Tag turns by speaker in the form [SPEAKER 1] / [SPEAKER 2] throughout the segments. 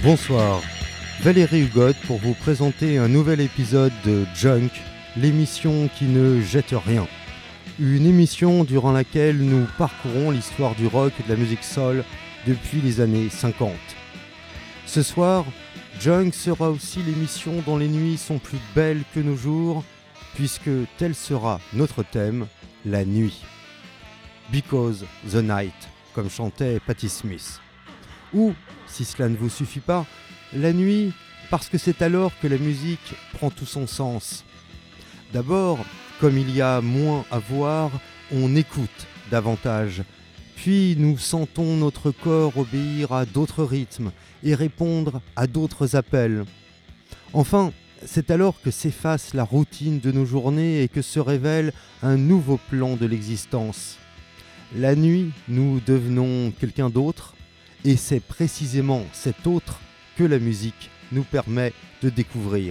[SPEAKER 1] Bonsoir, Valérie Hugot pour vous présenter un nouvel épisode de Junk, l'émission qui ne jette rien. Une émission durant laquelle nous parcourons l'histoire du rock et de la musique soul depuis les années 50. Ce soir, Junk sera aussi l'émission dont les nuits sont plus belles que nos jours, puisque tel sera notre thème, la nuit. Because the night, comme chantait Patti Smith. Ou, si cela ne vous suffit pas, la nuit, parce que c'est alors que la musique prend tout son sens. D'abord, comme il y a moins à voir, on écoute davantage. Puis nous sentons notre corps obéir à d'autres rythmes et répondre à d'autres appels. Enfin, c'est alors que s'efface la routine de nos journées et que se révèle un nouveau plan de l'existence. La nuit, nous devenons quelqu'un d'autre, et c'est précisément cet autre que la musique nous permet de découvrir.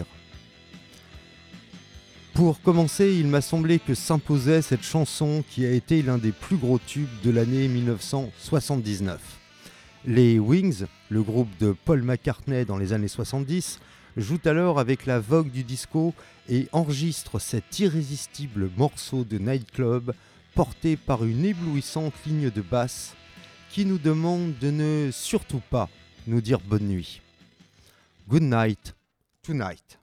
[SPEAKER 1] Pour commencer, il m'a semblé que s'imposait cette chanson qui a été l'un des plus gros tubes de l'année 1979. Les Wings, le groupe de Paul McCartney dans les années 70, jouent alors avec la vogue du disco et enregistrent cet irrésistible morceau de nightclub porté par une éblouissante ligne de basse qui nous demande de ne surtout pas nous dire bonne nuit. Good night, tonight.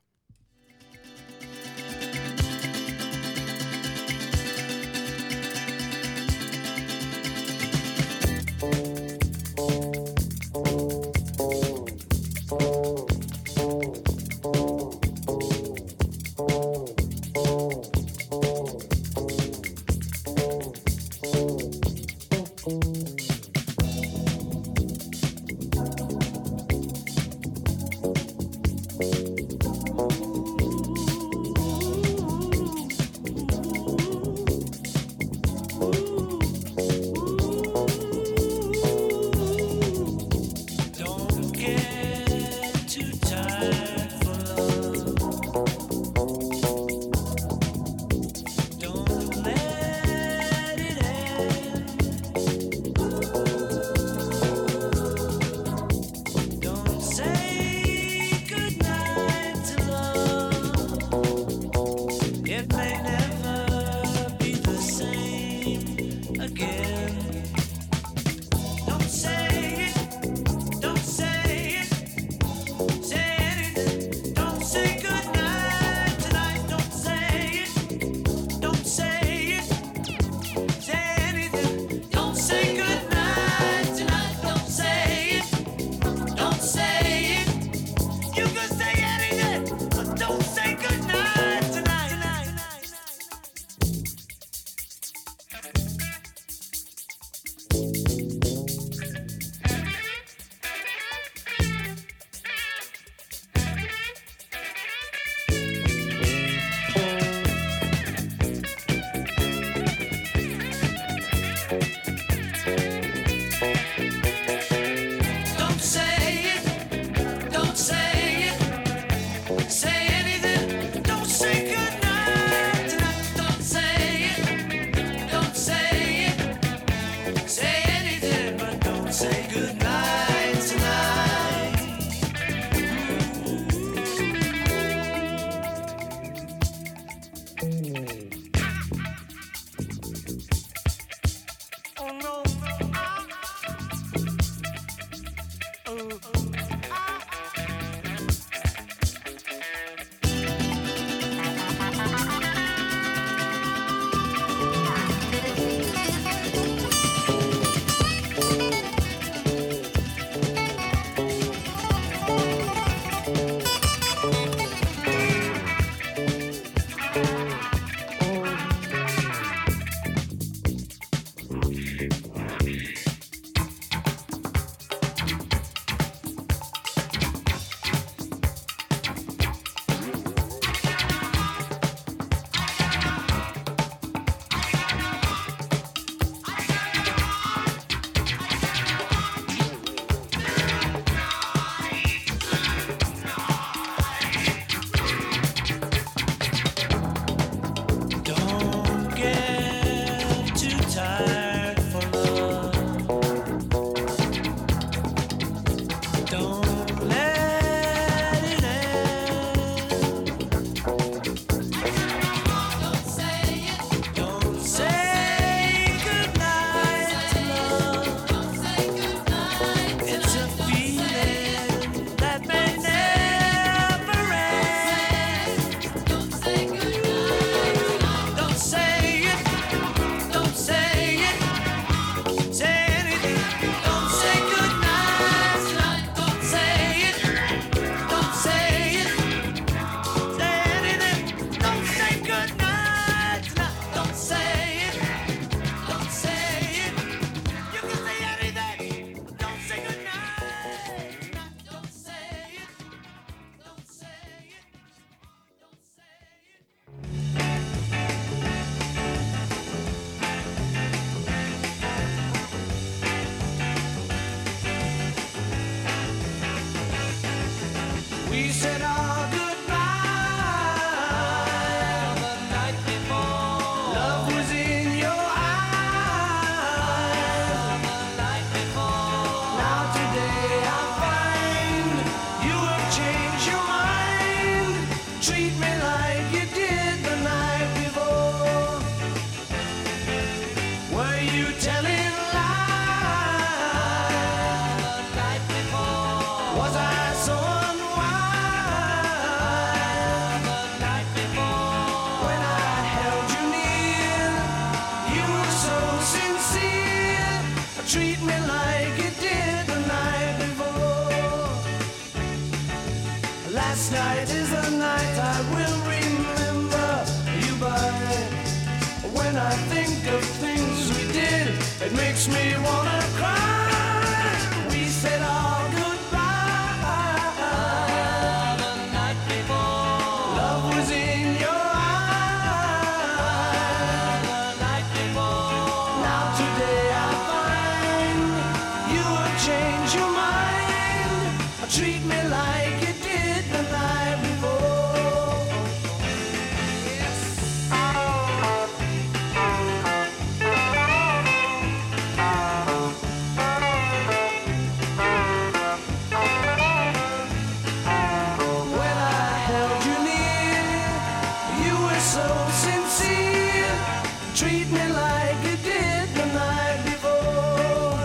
[SPEAKER 2] said our goodbye the night before. Love was in your eyes the night before. Now today I find you have changed your mind. Treat me like you did the night before. Were you telling lies the night before? Was I so unwise the night before? When I held you near, you were so sincere. Treat me like you did the night before. Last night is the night I will remember you by. When I think of things we did, it makes me wanna cry. We said our goodbye the night before. Love was in your eyes the night before. Now today I find you have changed your mind. Treat me like you did the night before. Yes. When I held you near, you were so sincere. Treat me like you did the night before.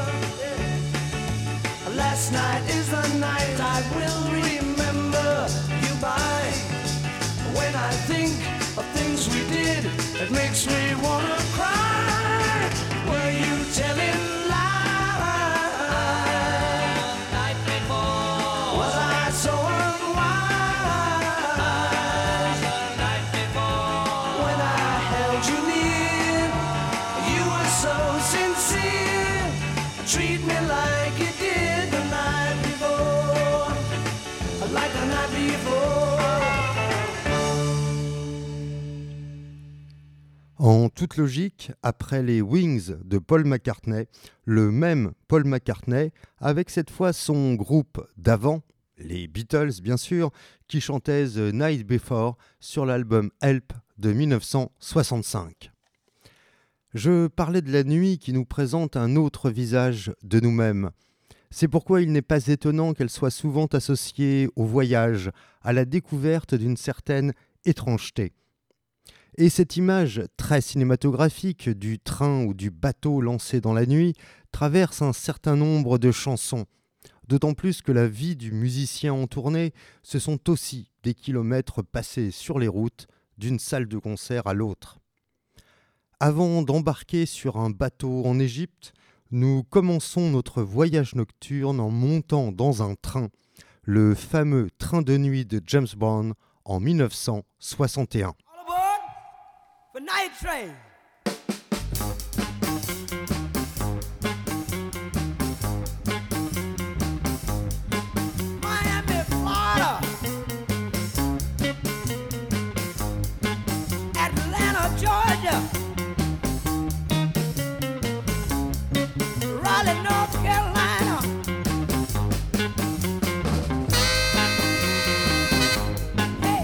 [SPEAKER 2] Last night is the night I will remember you by. When I think of things we did, it makes me wanna cry. Were you telling lies the night before? Was I so unwise the night before? When I held you near, you were so sincere. Treat me like you did the night before. Like the night before.
[SPEAKER 1] En toute logique, après les Wings de Paul McCartney, le même Paul McCartney, avec cette fois son groupe d'avant, les Beatles bien sûr, qui chantait The Night Before sur l'album Help de 1965. Je parlais de la nuit qui nous présente un autre visage de nous-mêmes. C'est pourquoi il n'est pas étonnant qu'elle soit souvent associée au voyage, à la découverte d'une certaine étrangeté. Et cette image très cinématographique du train ou du bateau lancé dans la nuit traverse un certain nombre de chansons. D'autant plus que la vie du musicien en tournée, ce sont aussi des kilomètres passés sur les routes d'une salle de concert à l'autre. Avant d'embarquer sur un bateau en Égypte, nous commençons notre voyage nocturne en montant dans un train, le fameux train de nuit de James Bond en 1961.
[SPEAKER 2] All aboard for Night Train. Miami, Florida. Atlanta, Georgia. Raleigh, North Carolina. Hey.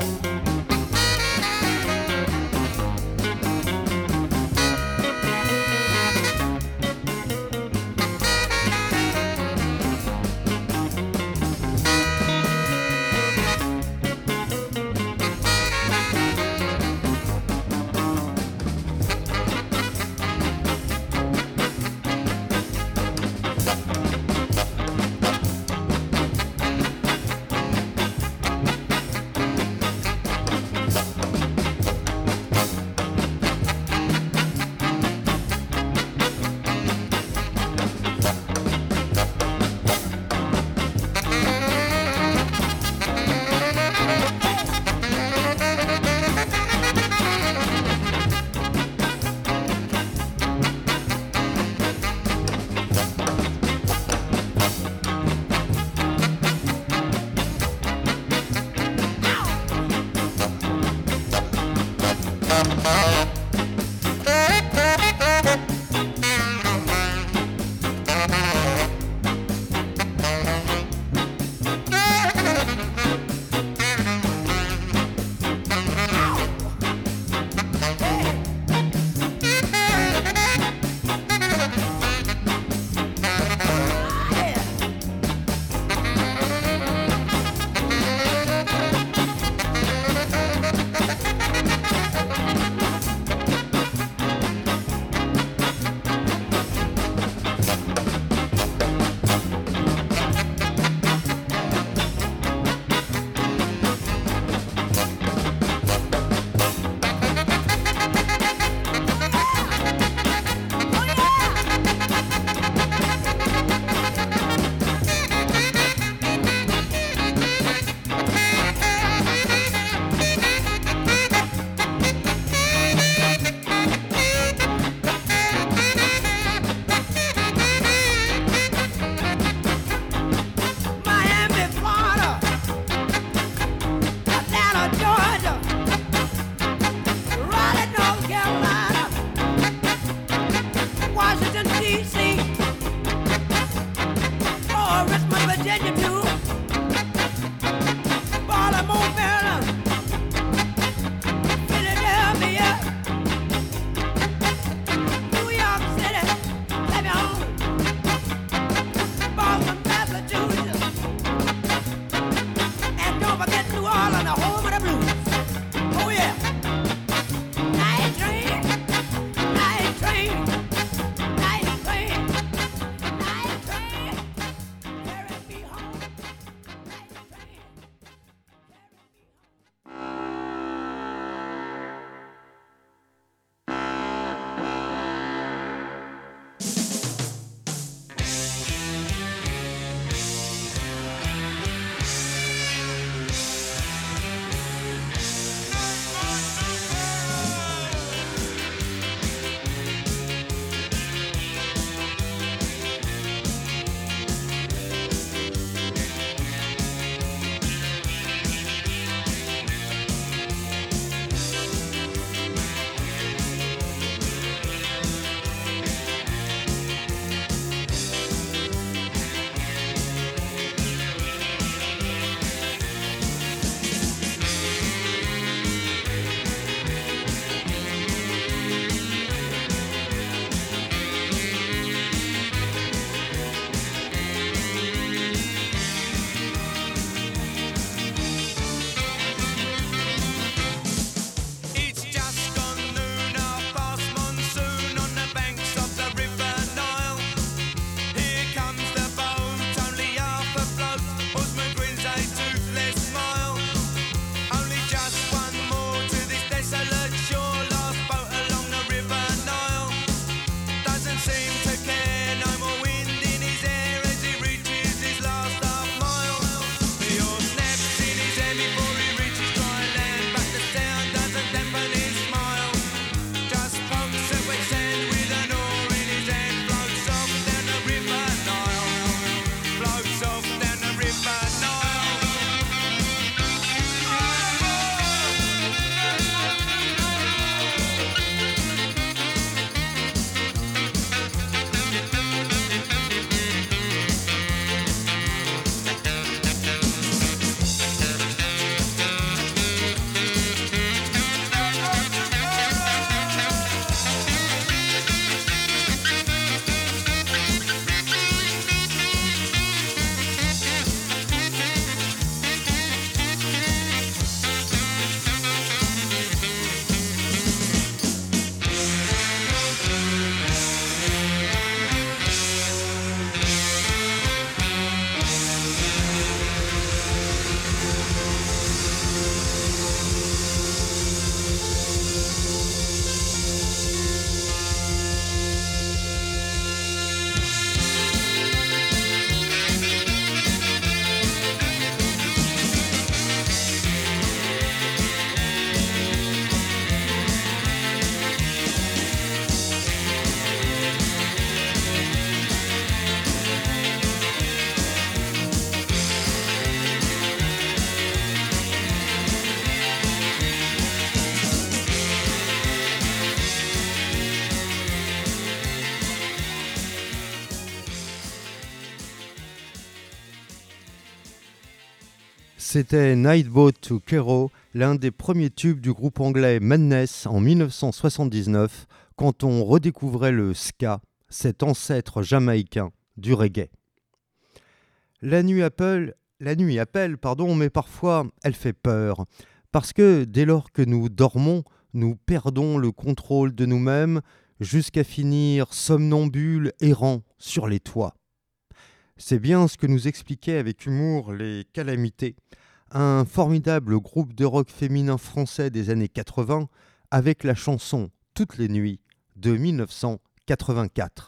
[SPEAKER 1] C'était Nightboat to Cairo, l'un des premiers tubes du groupe anglais Madness en 1979, quand on redécouvrait le ska, cet ancêtre jamaïcain du reggae. La nuit appelle, mais parfois elle fait peur, parce que dès lors que nous dormons, nous perdons le contrôle de nous-mêmes jusqu'à finir somnambules errants sur les toits. C'est bien ce que nous expliquaient avec humour les Calamités, un formidable groupe de rock féminin français des années 80 avec la chanson Toutes les nuits de 1984.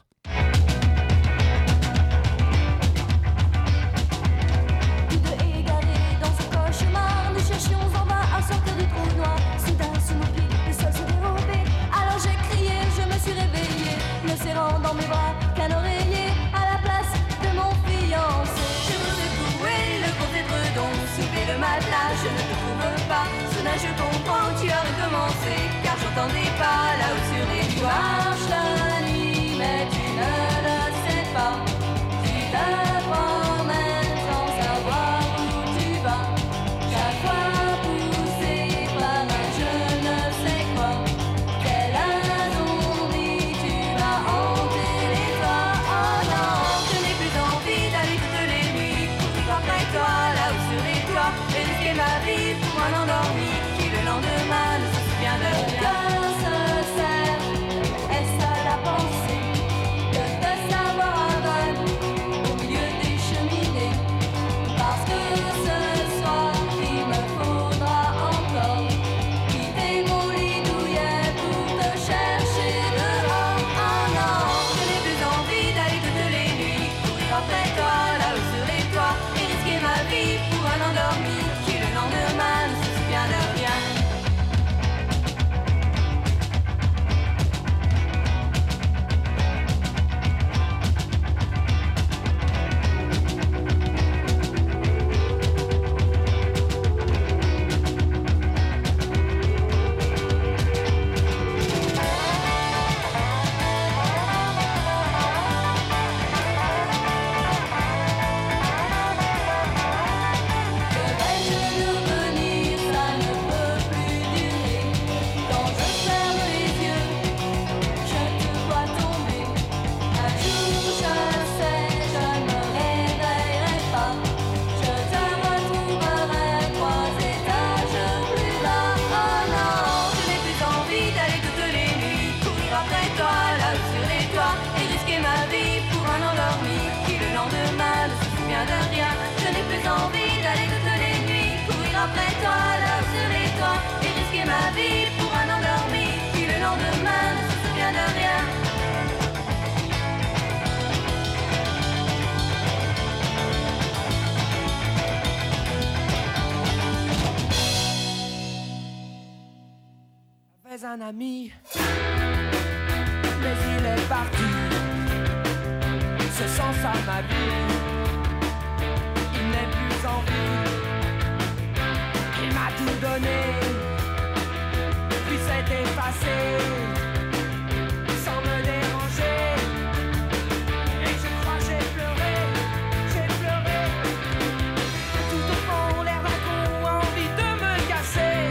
[SPEAKER 3] Dans mes bras qu'un oreiller à la place de mon fiancé. Je voudrais trouver le gros édredon, soulever le matelas, je ne te trouve pas. Soudain je comprends, tu as recommencé, car j'entendais pas là-haut sur les toits. Marche la nuit, mais tu ne le sais pas. Tu te promènes sans savoir où tu vas. Chaque fois poussé par un je ne sais quoi. Quelle incendie tu vas hanter les toits. Oh non, je n'ai plus envie d'aller toutes les nuits courir après toi là-haut sur les toits et risquer ma vie pour un endormi qui le lendemain ne se souvient de rien. Que se sert, est-ce à la pensée que de savoir aveugle au milieu des cheminées? Parce que ce soir il me faudra encore quitter mon lit douillet pour te chercher dehors. Oh non, je n'ai plus envie d'aller toutes les nuits courir après toi là-haut sur les toits et risquer ma vie pour un endormi qui le lendemain ne se souvient de rien.
[SPEAKER 2] Un ami, mais il est parti. Ce sens à ma vie, il n'est plus en vie. Il m'a tout donné, puis s'est effacé, sans me déranger. Et je crois j'ai pleuré, tout au fond l'air vacant, envie de me casser.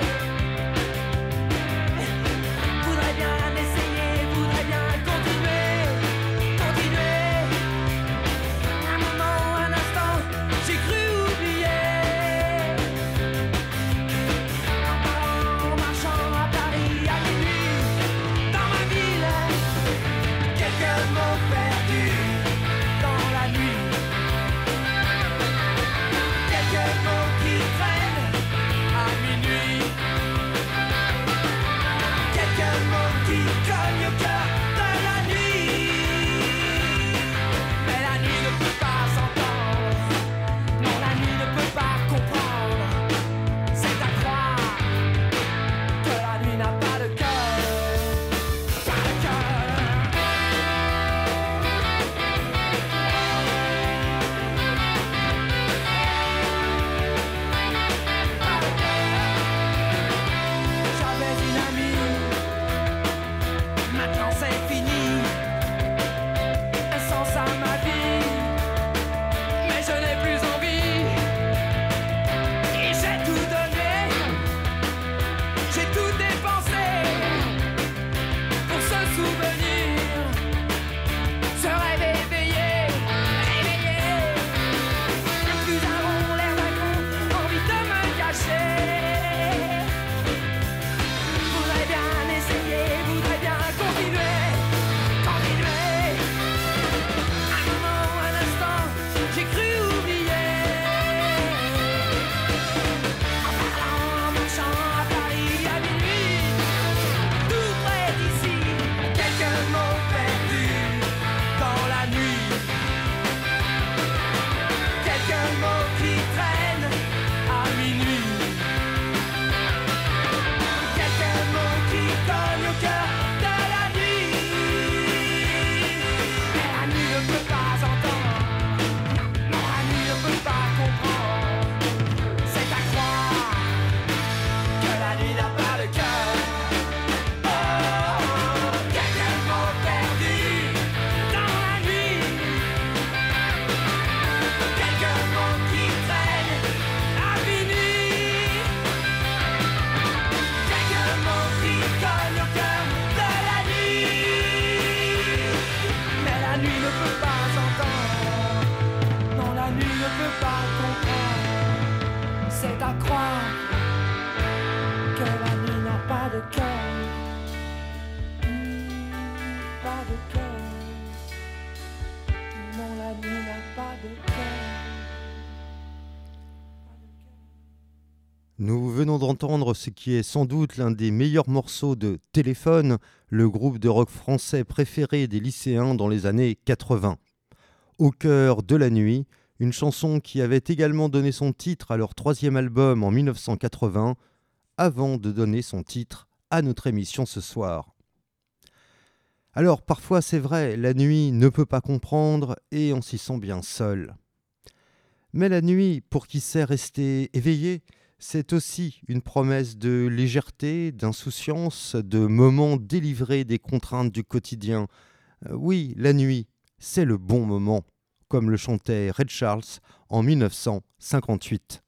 [SPEAKER 1] Nous venons d'entendre ce qui est sans doute l'un des meilleurs morceaux de Téléphone, le groupe de rock français préféré des lycéens dans les années 80. Au cœur de la nuit, une chanson qui avait également donné son titre à leur 3e album en 1980, avant de donner son titre à notre émission ce soir. Alors parfois c'est vrai, la nuit ne peut pas comprendre et on s'y sent bien seul. Mais la nuit, pour qui sait rester éveillé, c'est aussi une promesse de légèreté, d'insouciance, de moments délivrés des contraintes du quotidien. Oui, la nuit, c'est le bon moment, comme le chantait Ray Charles en 1958.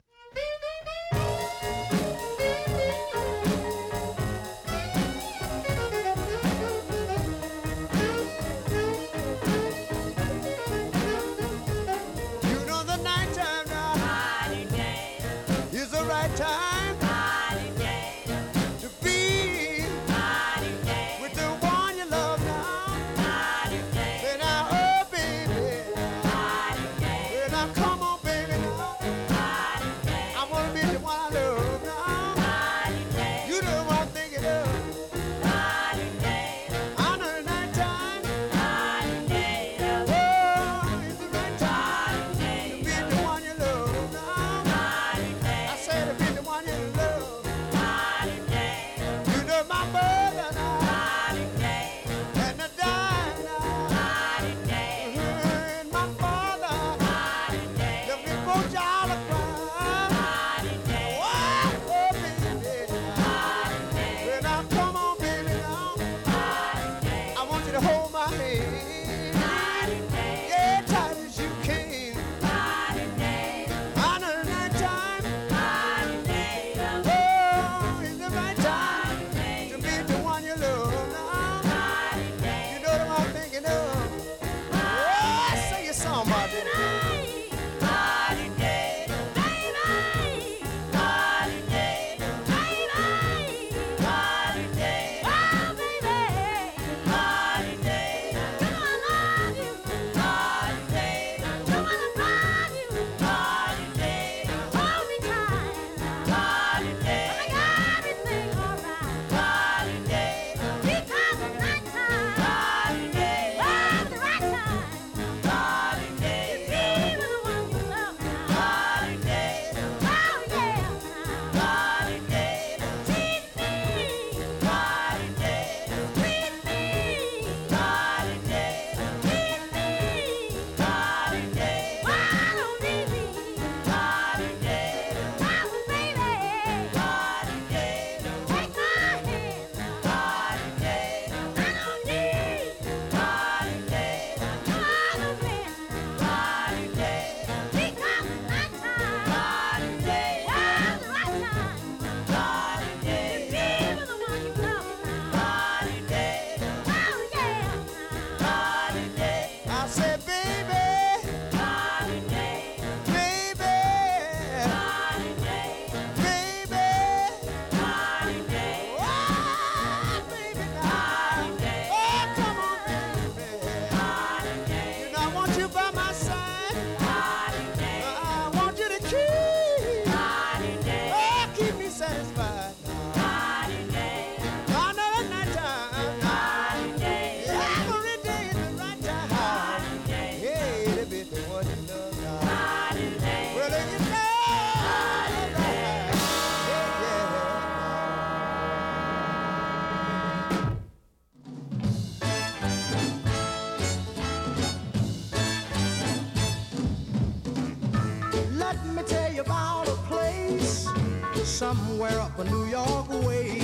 [SPEAKER 4] Somewhere up a New York way,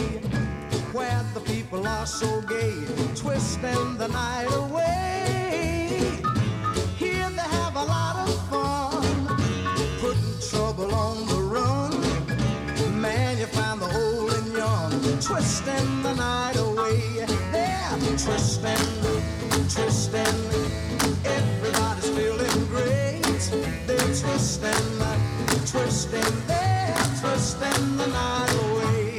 [SPEAKER 4] where the people are so gay, twisting the night away. Here they have a lot of fun, putting trouble on the run. Man, you find the old and young, twisting the night away. They're twisting, twisting, everybody's feeling great. They're twisting, twisting, twisting the night away.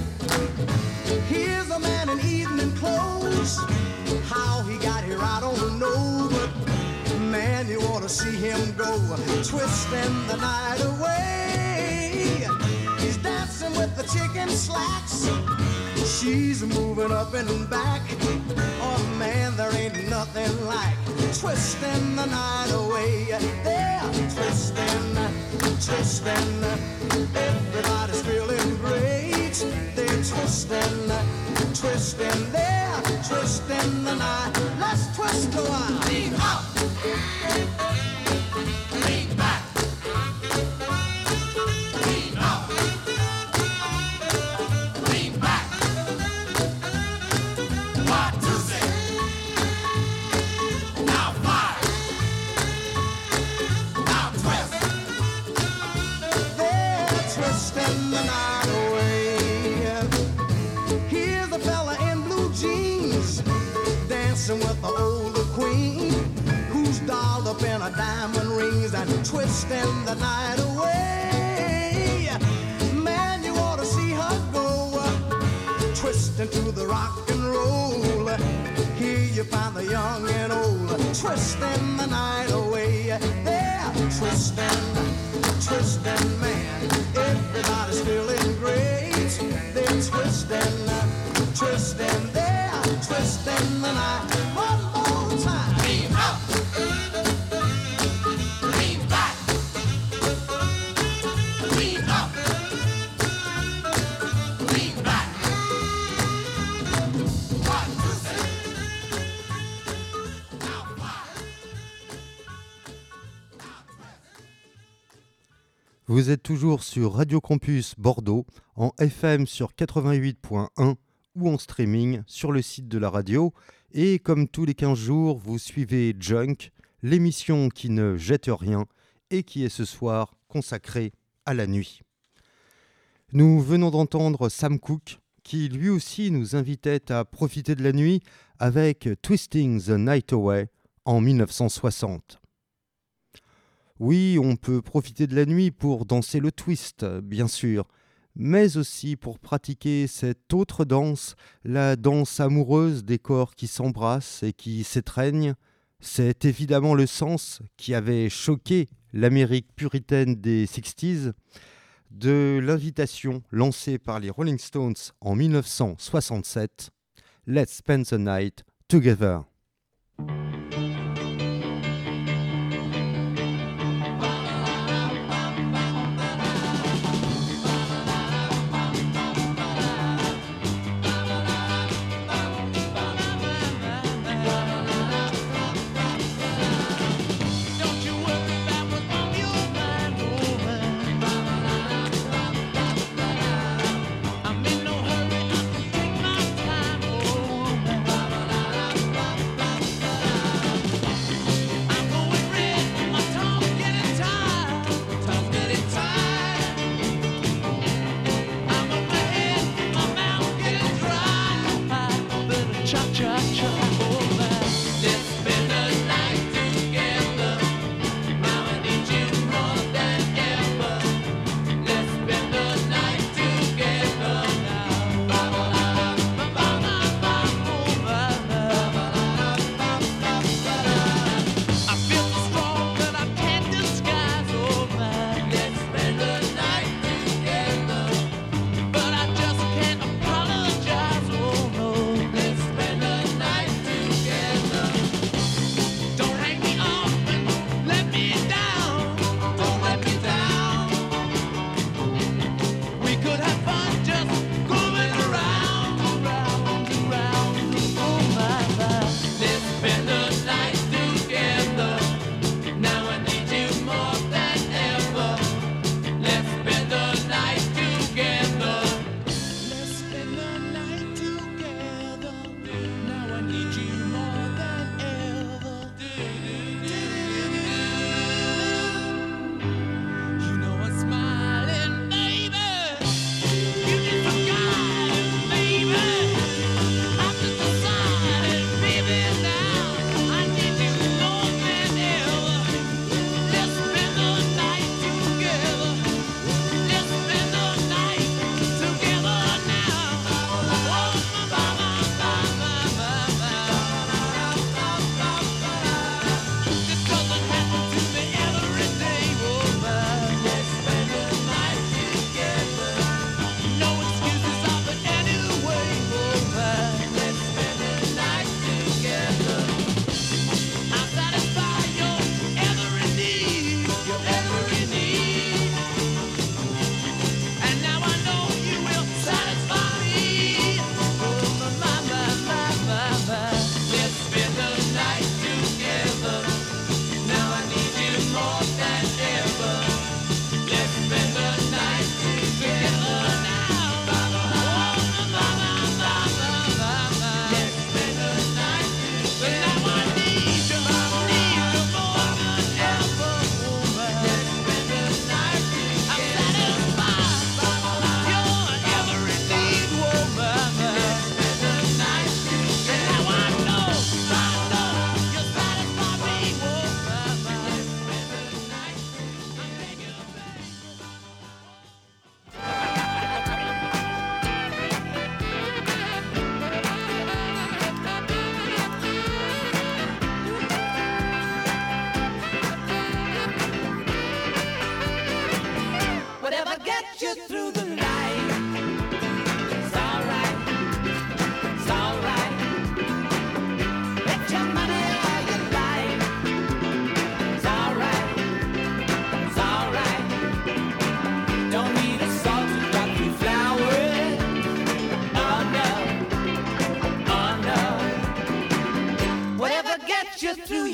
[SPEAKER 4] Here's a man in evening clothes. How he got here I don't know, but man, you ought to see him go, twisting the night away. She's dancing with the chicken slacks. She's moving up and back. Oh man, there ain't nothing like twisting the night away. They're twisting, twisting. Everybody's feeling great. They're twisting, twisting. They're twisting the night. Let's twist a while. Lean up, lean back. Lean up, lean back. 1, 2, 3. Now 5. Now twist. They're twisting the night away. Here's a fella in blue jeans dancing with the older queen, who's dolled up in her diamond rings and twisting the night away. Man, you ought to see her go, twisting to the rock and roll. Here you find the young and old, twisting the night away. They're twisting, twisting, man. Everybody's feeling great. They're twisting, twisting. They're twisting the night. One more time. Lean up, lean back. Lean up, lean back. 1, 2, 3. Now 5.
[SPEAKER 1] Vous êtes toujours sur Radio Campus Bordeaux, en FM sur 88.1 ou en streaming sur le site de la radio. Et comme tous les 15 jours, vous suivez Junk, l'émission qui ne jette rien et qui est ce soir consacrée à la nuit. Nous venons d'entendre Sam Cooke, qui lui aussi nous invitait à profiter de la nuit avec Twisting the Night Away en 1960. Oui, on peut profiter de la nuit pour danser le twist, bien sûr, mais aussi pour pratiquer cette autre danse, la danse amoureuse des corps qui s'embrassent et qui s'étreignent. C'est évidemment le sens qui avait choqué l'Amérique puritaine des 60s de l'invitation lancée par les Rolling Stones en 1967, « Let's Spend the Night Together ».
[SPEAKER 2] Let's spend the night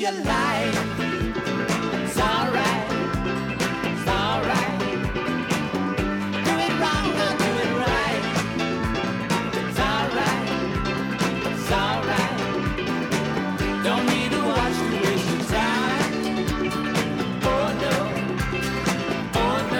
[SPEAKER 2] you like. It's alright, it's alright. Do it wrong or do it right. It's alright, it's alright. Don't need to watch to waste your time. Oh no, oh no.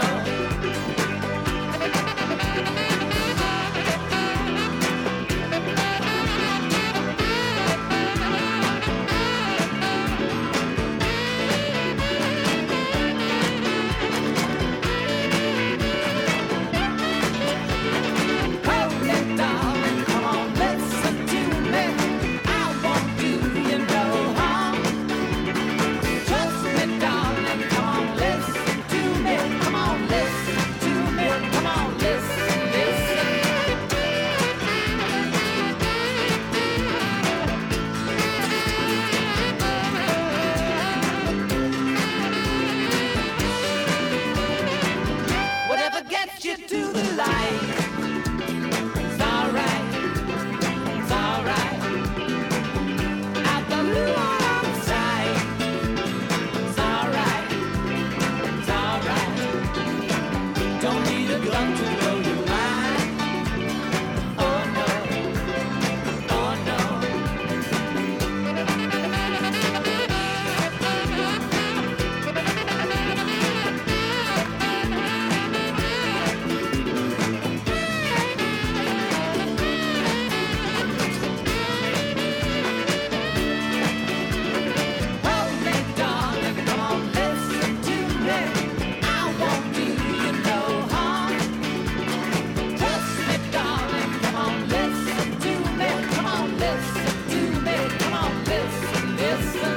[SPEAKER 2] Whatever gets you to the light. It's alright, it's alright. Out the blue or outside. It's alright, it's alright. Don't need a gun to blow your mind. Oh no, oh no. Hold me, darling, come on, listen to me. I won't do you no harm. Trust me, darling, come on, listen to me. Come on, listen to me. Come on, listen, listen.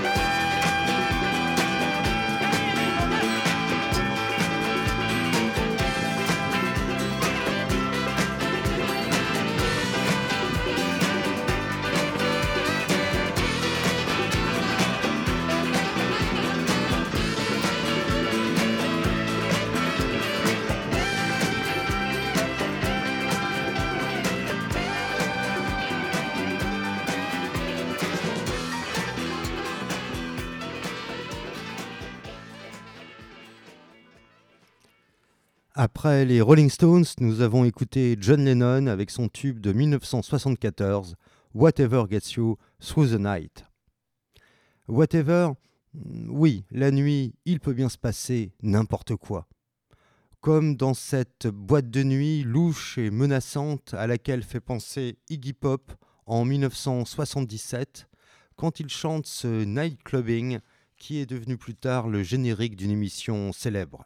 [SPEAKER 1] Après les Rolling Stones, nous avons écouté John Lennon avec son tube de 1974, Whatever Gets You Through the Night. Whatever, oui, la nuit, il peut bien se passer n'importe quoi. Comme dans cette boîte de nuit louche et menaçante à laquelle fait penser Iggy Pop en 1977, quand il chante ce nightclubbing qui est devenu plus tard le générique d'une émission célèbre.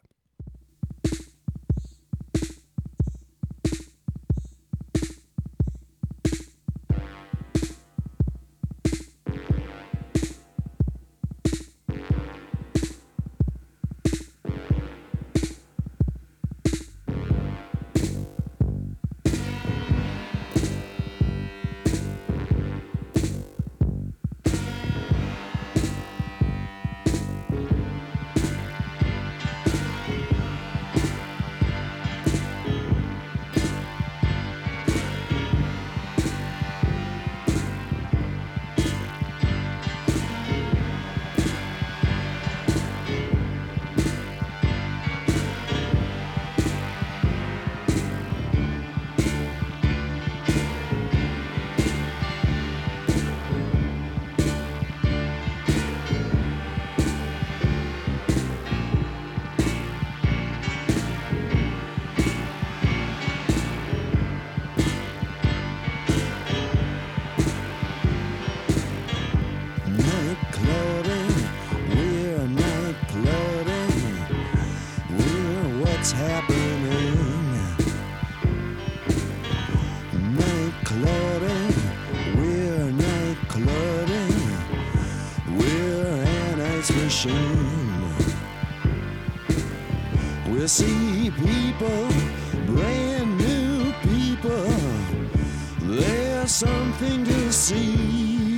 [SPEAKER 4] We see people, brand new people. There's something to see.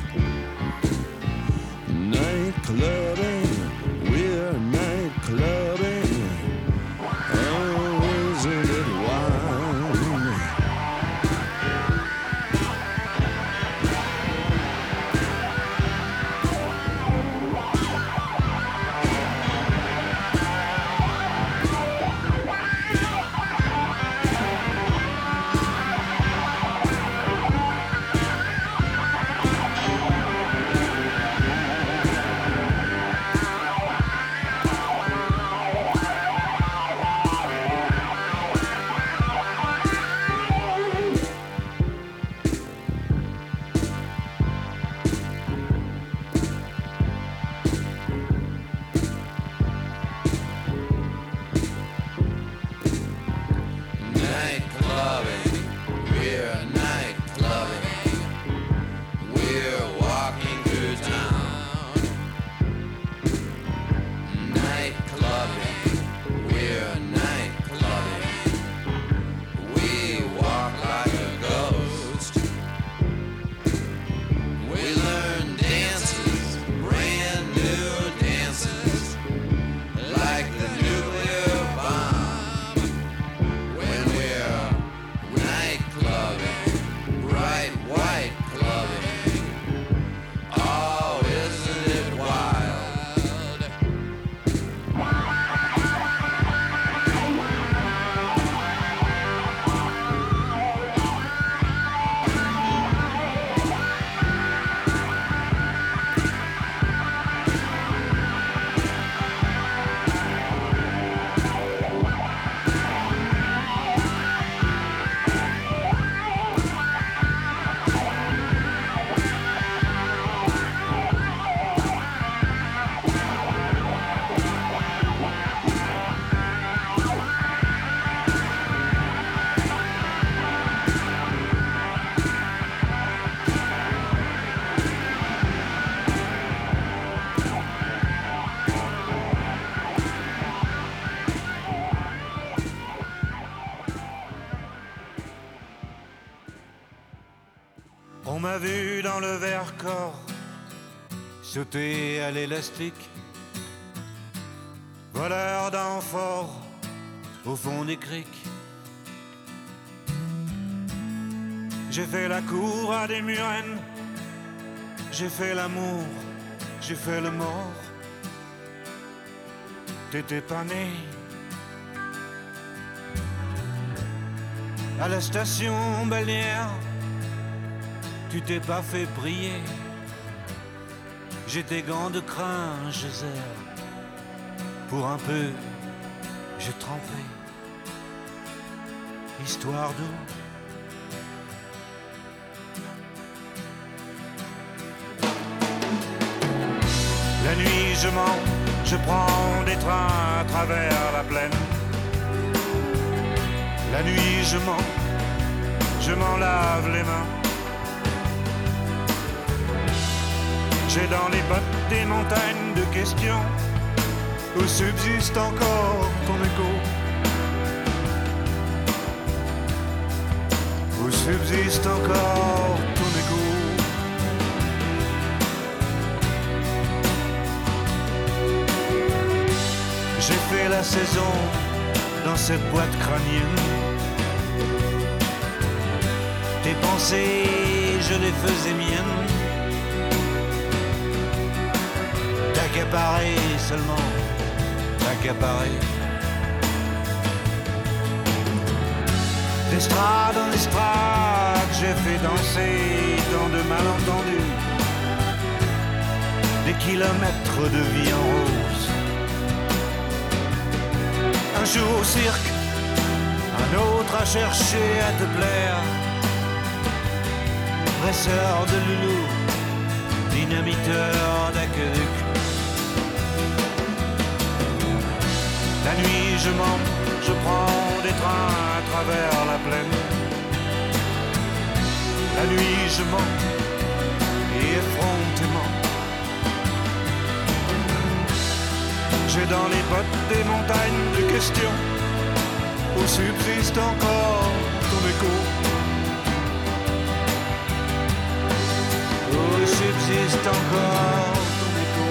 [SPEAKER 4] Night clubbing, we're night clubbing. Oh, isn't it wild?
[SPEAKER 5] clubbing. We're night clubbing. We're walking through town. Night clubbing. We're night clubbing. We walk like a ghost. We learn dances, brand new dances, like the nuclear bomb. When we're night clubbing, bright white clubbing. Oh, isn't it wild?
[SPEAKER 6] On m'a vu dans le Vercors sauter à l'élastique, voleur d'amphores au fond des criques. J'ai fait la cour à des murennes, j'ai fait l'amour, j'ai fait le mort. T'étais pas né. À la station balnéaire, tu t'es pas fait briller. J'ai tes gants de crin, je serre. Pour un peu, j'ai trempé. Histoire d'eau. La nuit, je mens, je prends des trains à travers la plaine. La nuit, je m'en lave les mains. J'ai dans les bottes des montagnes de questions où subsiste encore ton écho. Où subsiste encore ton écho. J'ai fait la saison dans cette boîte crânienne. Tes pensées, je les faisais miennes. T'accaparer seulement, t'accaparer. D'estrade en estrade, j'ai fait danser tant de malentendus. Des kilomètres de vie en rose. Un jour au cirque, un autre à chercher à te plaire. Dresseur de loulou, dynamiteur d'aqueduc. La nuit je mens, je prends des trains à travers la plaine. La nuit je mens, et effrontément. J'ai dans les bottes des montagnes de questions où subsiste encore ton écho. Où subsiste encore ton écho.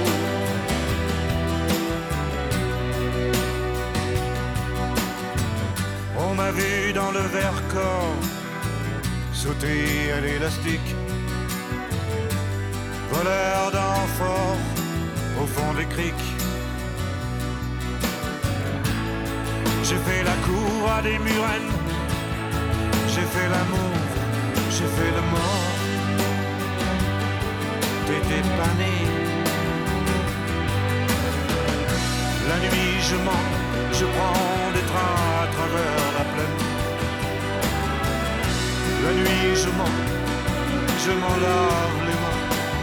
[SPEAKER 6] On m'a vu dans le Vercors sauter à l'élastique, voleur d'amphores au fond des criques. J'ai fait la cour à des murennes, j'ai fait l'amour, j'ai fait le mort. T'étais pas né. La nuit je mens, je prends des trains à travers la plaine. La nuit je mens, je m'en lave les mains.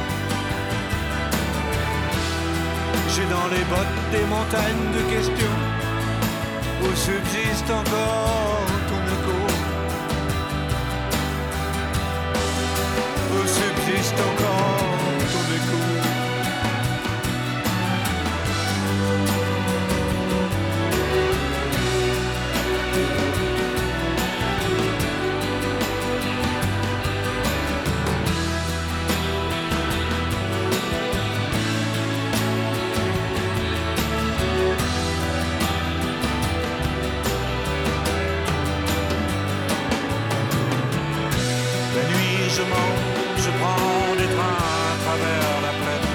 [SPEAKER 6] J'ai dans les bottes des montagnes de questions où subsiste encore ton écho. je mens, je prends des trains à travers la plaine.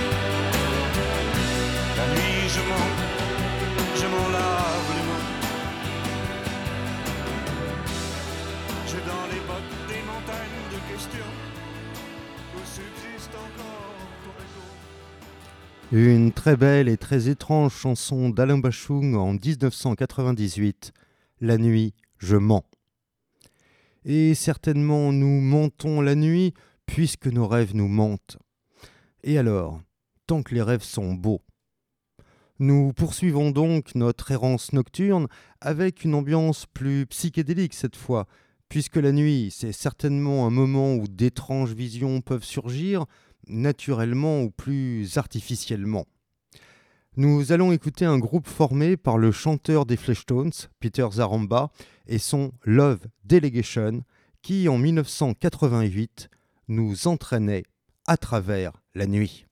[SPEAKER 6] La nuit je mens, je m'en lave les mains. J'ai dans les bottes des montagnes de questions où subsiste encore ton écho.
[SPEAKER 1] Une très belle et très étrange chanson d'Alain Bachung en 1998, La nuit, je mens. Et certainement nous mentons la nuit puisque nos rêves nous mentent. Et alors, tant que les rêves sont beaux. Nous poursuivons donc notre errance nocturne avec une ambiance plus psychédélique cette fois, puisque la nuit, c'est certainement un moment où d'étranges visions peuvent surgir, naturellement ou plus artificiellement. Nous allons écouter un groupe formé par le chanteur des Fleshtones, Peter Zaramba, et son Love Delegation, qui en 1988 nous entraînait à travers la nuit.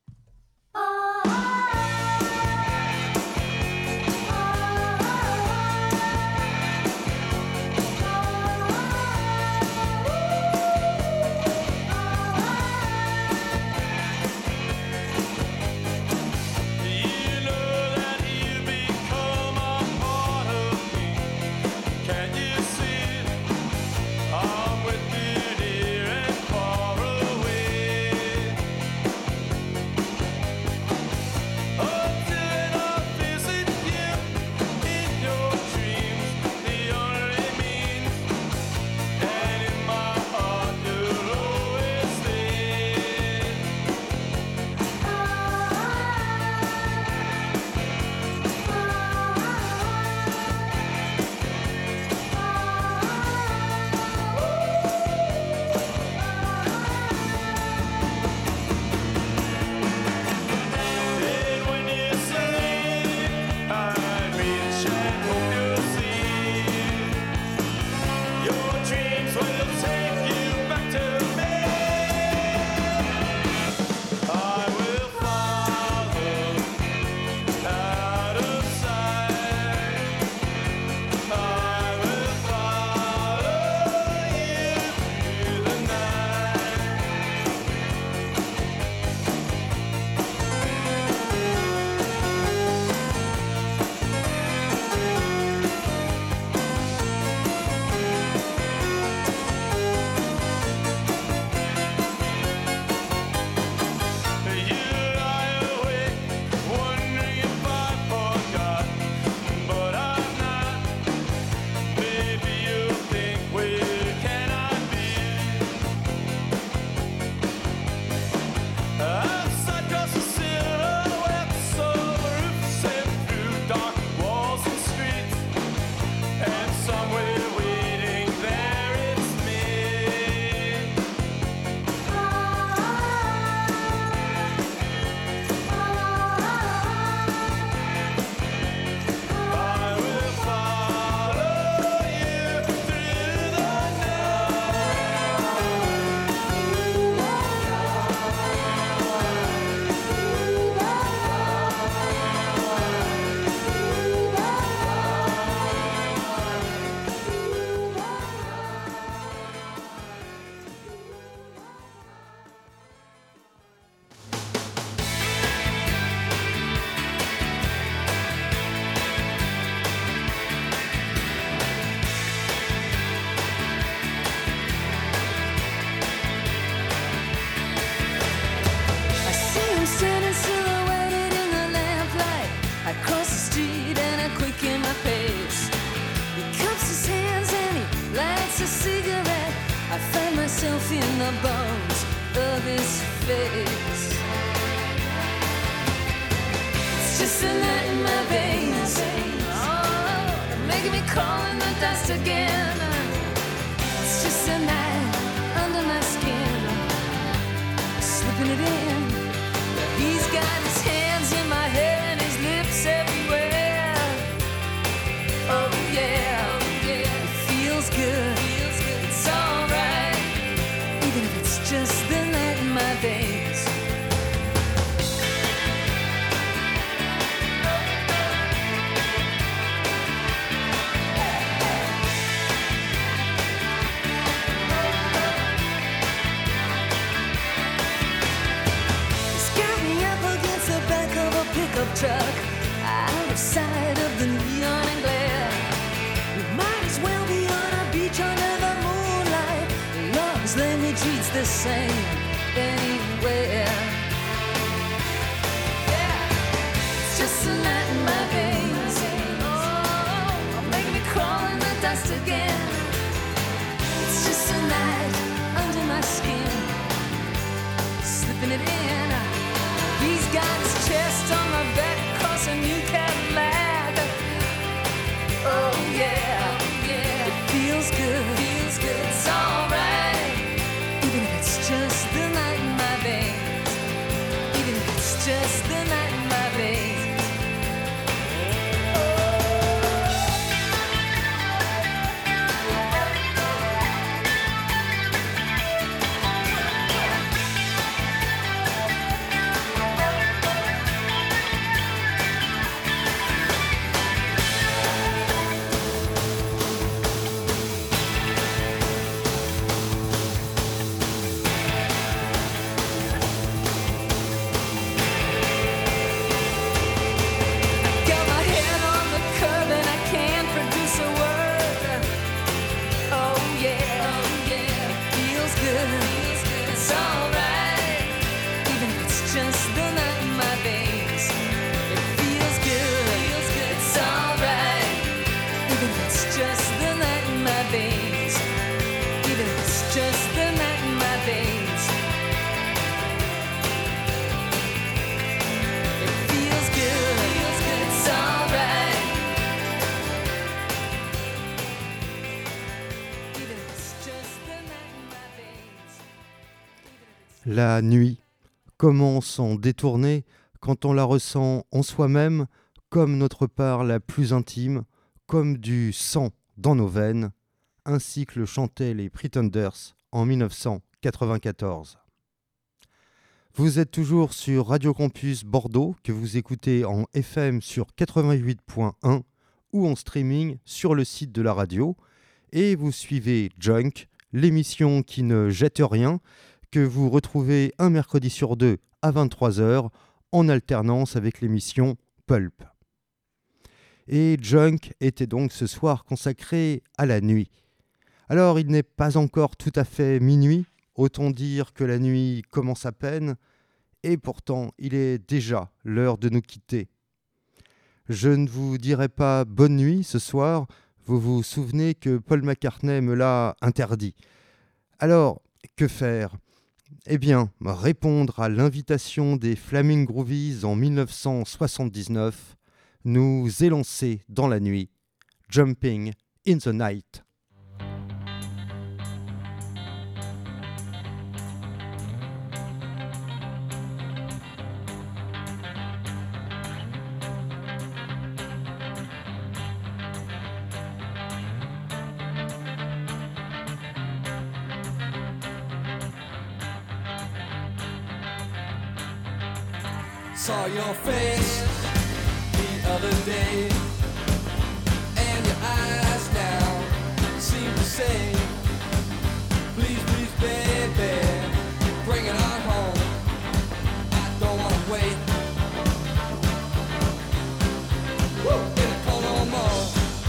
[SPEAKER 3] myself in the bones of his face. It's just a light in my veins, oh, making me crawl in the dust again. It's just a night under my skin, slipping it in. He's got his hands in my hair and his lips everywhere. Oh yeah, it feels good. It's alright, even if it's just the light in my veins. truck out of sight of the neon and glare. We might as well be on a beach under the moonlight. Love's language reads the same anywhere. It's just a night in my veins. Oh, making me crawl in the dust again. It's just a night under my skin, slipping it in. He's got his chest on my back across a new Cadillac. Oh yeah, yeah, it feels good, it's alright. Even if it's just the night in my veins. Even if it's just the night in my veins.
[SPEAKER 1] La nuit, comment s'en détourner quand on la ressent en soi-même comme notre part la plus intime, comme du sang dans nos veines, ainsi que le chantaient les Pretenders en 1994. Vous êtes toujours sur Radio Campus Bordeaux, que vous écoutez en FM sur 88.1 ou en streaming sur le site de la radio, et vous suivez Junk, l'émission qui ne jette rien, que vous retrouvez un mercredi sur deux à 23h en alternance avec l'émission Pulp. Et Junk était donc ce soir consacré à la nuit. Alors il n'est pas encore tout à fait minuit, autant dire que la nuit commence à peine, et pourtant il est déjà l'heure de nous quitter. Je ne vous dirai pas bonne nuit ce soir, vous vous souvenez que Paul McCartney me l'a interdit. Alors, que faire ? Eh bien, répondre à l'invitation des Flaming Groovies en 1979, nous élancer dans la nuit, Jumping in the Night.
[SPEAKER 2] Saw your face the other day, and your eyes now seem to say, please, please, baby, bring it on home. I don't wanna wait. Woo, in the cold no more.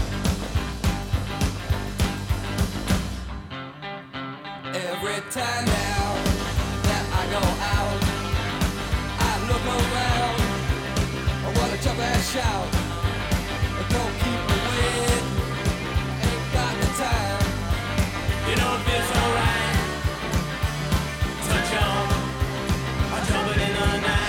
[SPEAKER 2] Every time now that I go out, look around, I wanna jump and shout, but don't keep me waiting, ain't got the time. You know it feels alright, touch on, I'm jumping in the night.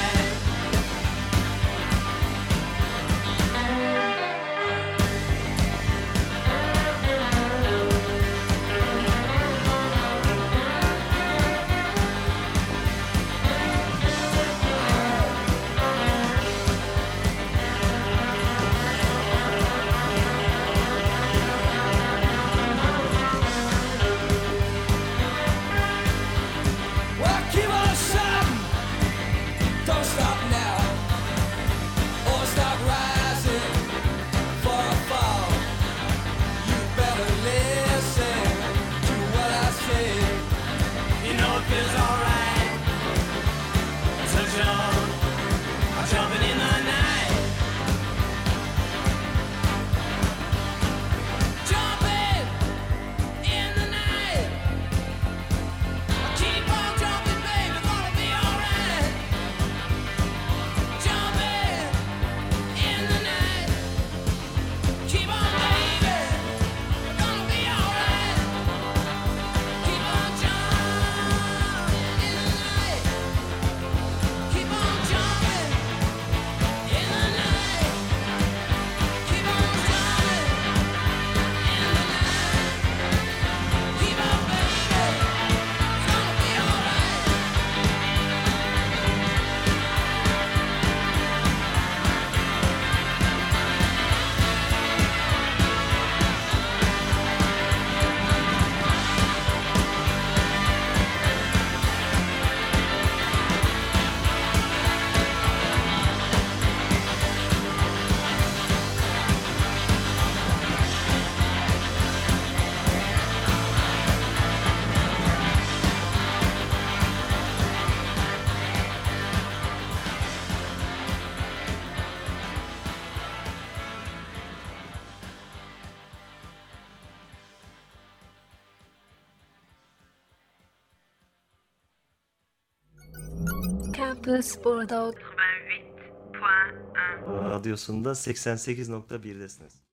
[SPEAKER 7] Spor'da
[SPEAKER 8] 88.1
[SPEAKER 9] Radyosunda 88.1'desiniz.